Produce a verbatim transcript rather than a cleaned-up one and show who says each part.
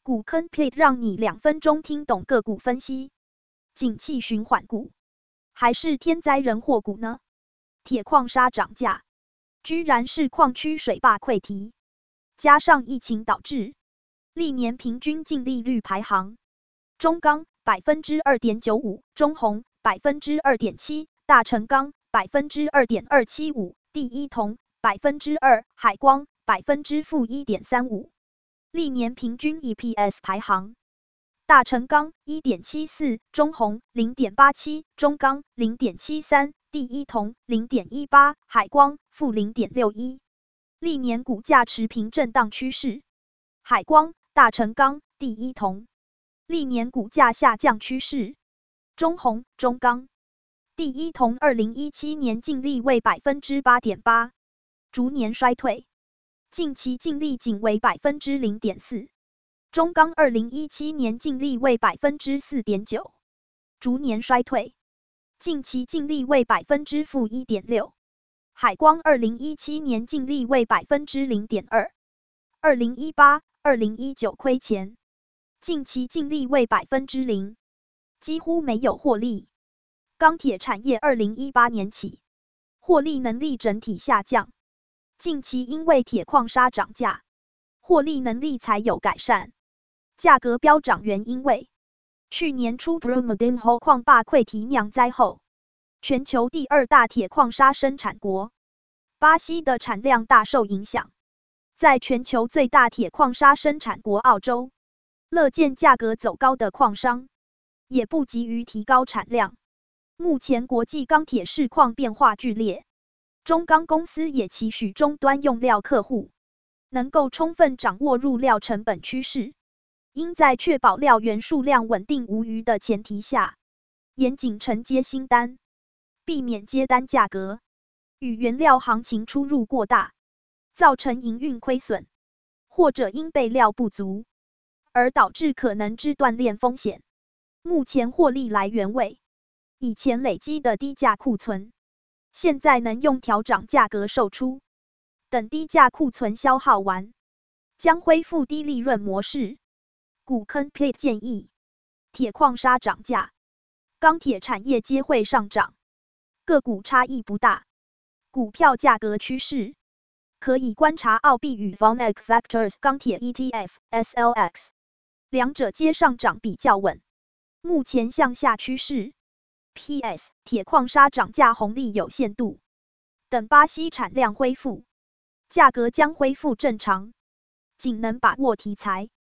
Speaker 1: 股坑 plate 让你两分钟听懂个股分析。景气循环股还是天灾人祸股呢？铁矿砂涨价，居然是矿区水坝溃堤，加上疫情导致，历年平均净利率排行：中钢 百分之二点九五， 中红 百分之二点七， 大成钢 百分之二点二七五， 第一铜 百分之二， 海光 百分之负一点三五。历年平均 E P S 排行：大成钢 一点七四， 中红 零点八七， 中钢 零点七三， 第一铜 零点一八， 海光负 零点六一。历年股价持平震荡趋势，海光、大成钢、第一铜；历年股价下降趋势，中红、中钢、第一铜二零一七年净利为 百分之八点八， 逐年衰退。近期净利仅为 百分之零点四， 中钢二零一七年净利为 百分之四点九， 逐年衰退，近期净利为 百分之负一点六， 海光二零一七年净利为 百分之零点二， 二零一八、二零一九亏钱，近期净利为 百分之零， 几乎没有获利。钢铁产业二零一八年起，获利能力整体下降。近期因为铁矿砂涨价，获利能力才有改善。价格飙涨原因为去年初 Brumadinho 矿坝溃堤酿灾后，全球第二大铁矿砂生产国巴西的产量大受影响。在全球最大铁矿砂生产国澳洲，乐见价格走高的矿商也不急于提高产量。目前国际钢铁市况变化剧烈，中钢公司也期许终端用料客户能够充分掌握入料成本趋势，应在确保料源数量稳定无虞的前提下，严谨承接新单，避免接单价格与原料行情出入过大，造成营运亏损，或者因备料不足而导致可能之断链风险。目前获利来源为以前累积的低价库存，现在能用调涨价格售出，等低价库存消耗完，将恢复低利润模式。股坑 plate 建议，铁矿砂涨价，钢铁产业皆会上涨，个股差异不大，股票价格趋势可以观察澳币与 V N E C Factors 钢铁 E T F S L X， 两者皆上涨比较稳，目前向下趋势。P S 铁矿砂涨价红利有限度，等巴西产量恢复，价格将恢复正常，仅能把握题材。